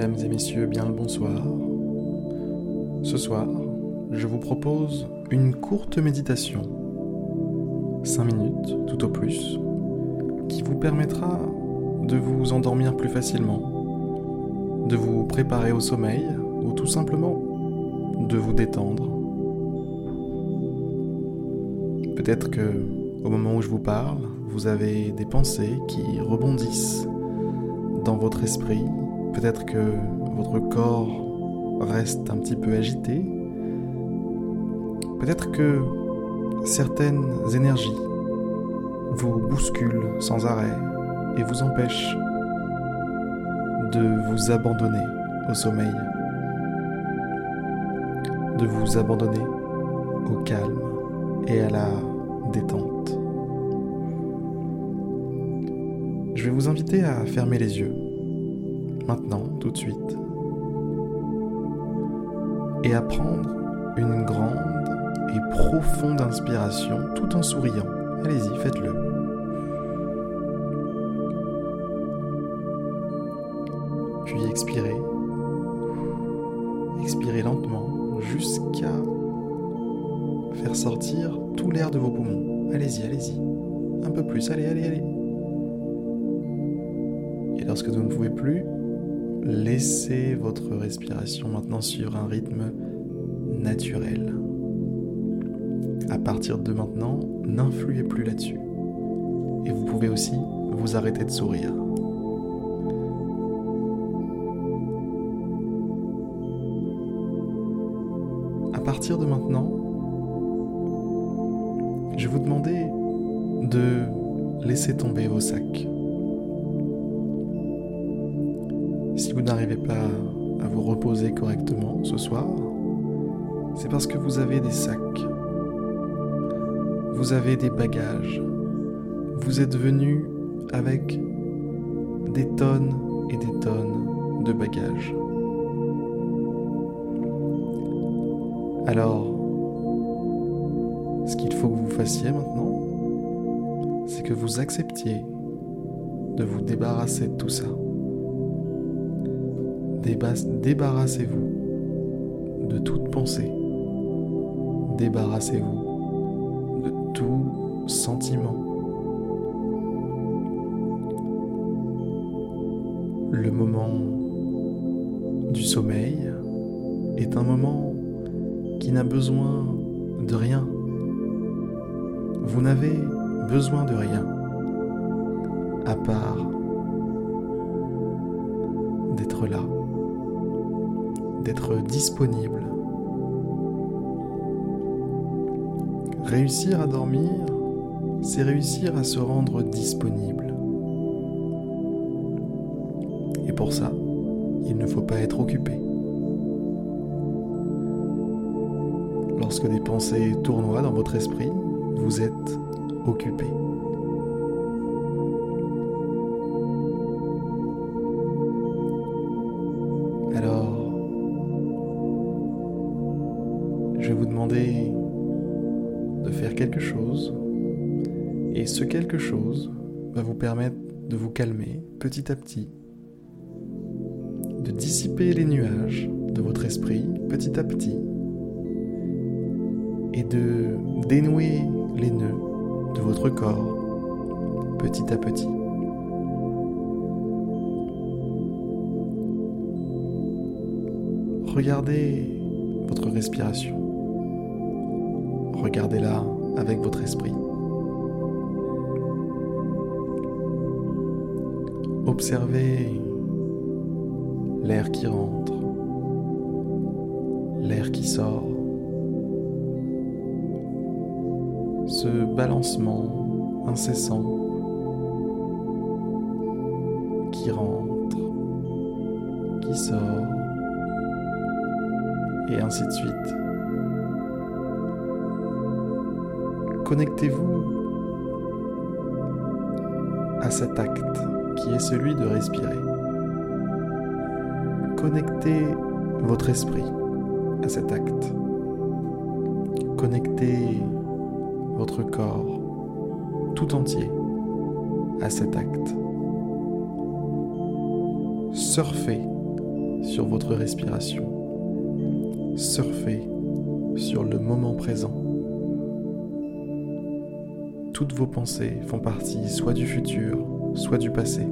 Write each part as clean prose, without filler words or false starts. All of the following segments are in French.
Mesdames et messieurs, bien le bonsoir. Ce soir, je vous propose une courte méditation, 5 minutes tout au plus, qui vous permettra de vous endormir plus facilement, de vous préparer au sommeil ou tout simplement de vous détendre. Peut-être que, au moment où je vous parle, vous avez des pensées qui rebondissent dans votre esprit. Peut-être que votre corps reste un petit peu agité. Peut-être que certaines énergies vous bousculent sans arrêt et vous empêchent de vous abandonner au sommeil, de vous abandonner au calme et à la détente. Je vais vous inviter à fermer les yeux, maintenant, tout de suite, et à prendre une grande et profonde inspiration tout en souriant. Allez-y, faites-le. Puis expirez. Expirez lentement jusqu'à faire sortir tout l'air de vos poumons. Allez-y, allez-y. Un peu plus, allez. Et lorsque vous ne pouvez plus, laissez votre respiration maintenant suivre un rythme naturel. À partir de maintenant, n'influez plus là-dessus. Et vous pouvez aussi vous arrêter de sourire. À partir de maintenant, je vais vous demander de laisser tomber vos sacs. Si vous n'arrivez pas à vous reposer correctement ce soir, c'est parce que vous avez des sacs, vous avez des bagages, vous êtes venu avec des tonnes et des tonnes de bagages. Alors, ce qu'il faut que vous fassiez maintenant, c'est que vous acceptiez de vous débarrasser de tout ça. Débarrassez-vous de toute pensée. Débarrassez-vous de tout sentiment. Le moment du sommeil est un moment qui n'a besoin de rien. Vous n'avez besoin de rien à part d'être là, d'être disponible. Réussir à dormir, c'est réussir à se rendre disponible. Et pour ça, il ne faut pas être occupé. Lorsque des pensées tournoient dans votre esprit, vous êtes occupé. Alors, je vais vous demander de faire quelque chose, et ce quelque chose va vous permettre de vous calmer petit à petit, de dissiper les nuages de votre esprit petit à petit, et de dénouer les nœuds de votre corps petit à petit. Regardez votre respiration. Regardez-la avec votre esprit. Observez l'air qui rentre, l'air qui sort, ce balancement incessant qui rentre, qui sort, et ainsi de suite. Connectez-vous à cet acte qui est celui de respirer. Connectez votre esprit à cet acte. Connectez votre corps tout entier à cet acte. Surfez sur votre respiration. Surfez sur le moment présent. Toutes vos pensées font partie soit du futur, soit du passé.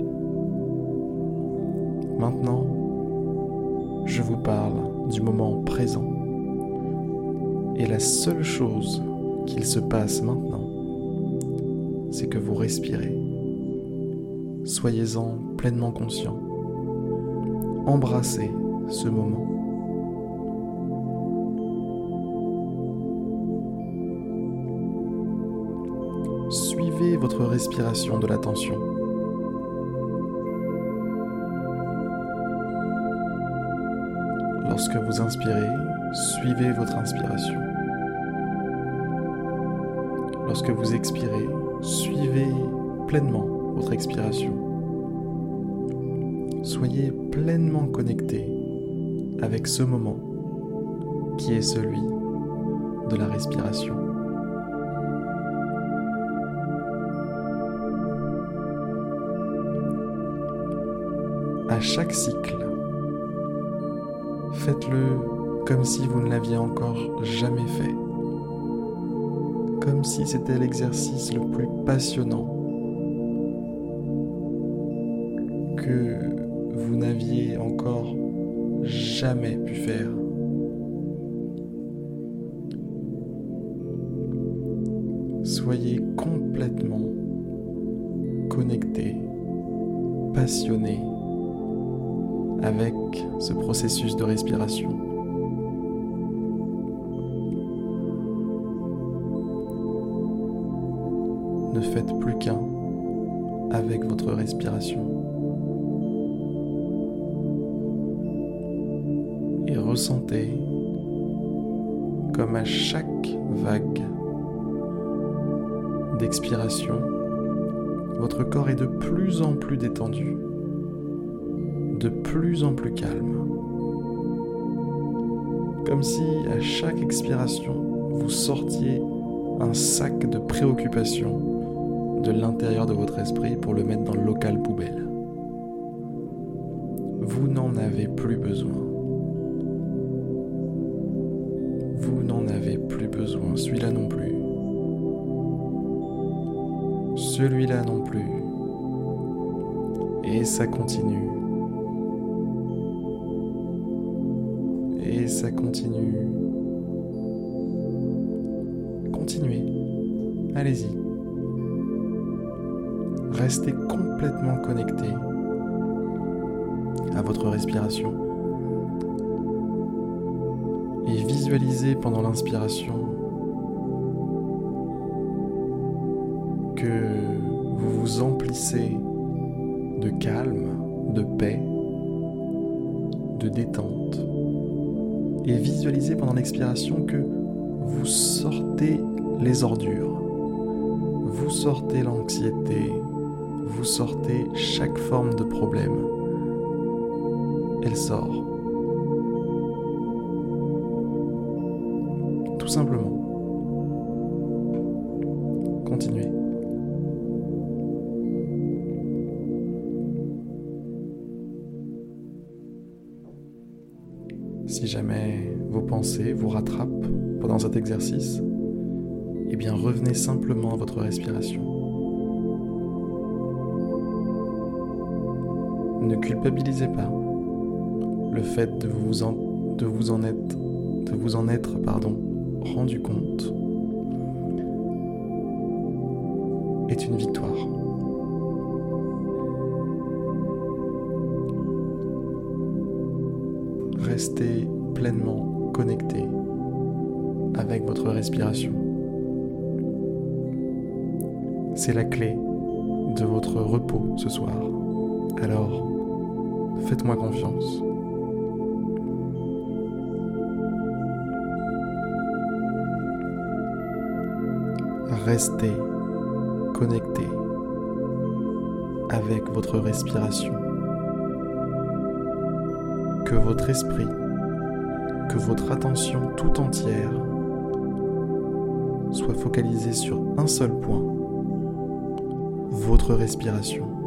Maintenant, je vous parle du moment présent. Et la seule chose qu'il se passe maintenant, c'est que vous respirez. Soyez-en pleinement conscient. Embrassez ce moment. Suivez votre respiration de l'attention. Lorsque vous inspirez, suivez votre inspiration. Lorsque vous expirez, suivez pleinement votre expiration. Soyez pleinement connecté avec ce moment qui est celui de la respiration. À chaque cycle, faites-le comme si vous ne l'aviez encore jamais fait. Comme si c'était l'exercice le plus passionnant que vous n'aviez encore jamais pu faire. Soyez complètement connecté, passionné avec ce processus de respiration. Ne faites plus qu'un avec votre respiration. Et ressentez comme à chaque vague d'expiration, votre corps est de plus en plus détendu, de plus en plus calme. Comme si à chaque expiration, vous sortiez un sac de préoccupations de l'intérieur de votre esprit pour le mettre dans le local poubelle. Vous n'en avez plus besoin. Vous n'en avez plus besoin. Celui-là non plus. Celui-là non plus. Et ça continue. Et ça continue. Continuez. Allez-y. Restez complètement connecté à votre respiration et visualisez pendant l'inspiration que vous vous emplissez de calme, de paix, de détente, et visualisez pendant l'expiration que vous sortez les ordures, vous sortez l'anxiété, vous sortez chaque forme de problème. Elle sort. Tout simplement. Continuez. Si jamais vos pensées vous rattrapent pendant cet exercice, eh bien revenez simplement à votre respiration. Ne culpabilisez pas. Le fait de vous en être rendu compte est une victoire. Restez pleinement connecté avec votre respiration. C'est la clé de votre repos ce soir. Alors, faites-moi confiance. Restez connecté avec votre respiration. Que votre esprit, que votre attention tout entière soit focalisée sur un seul point, votre respiration.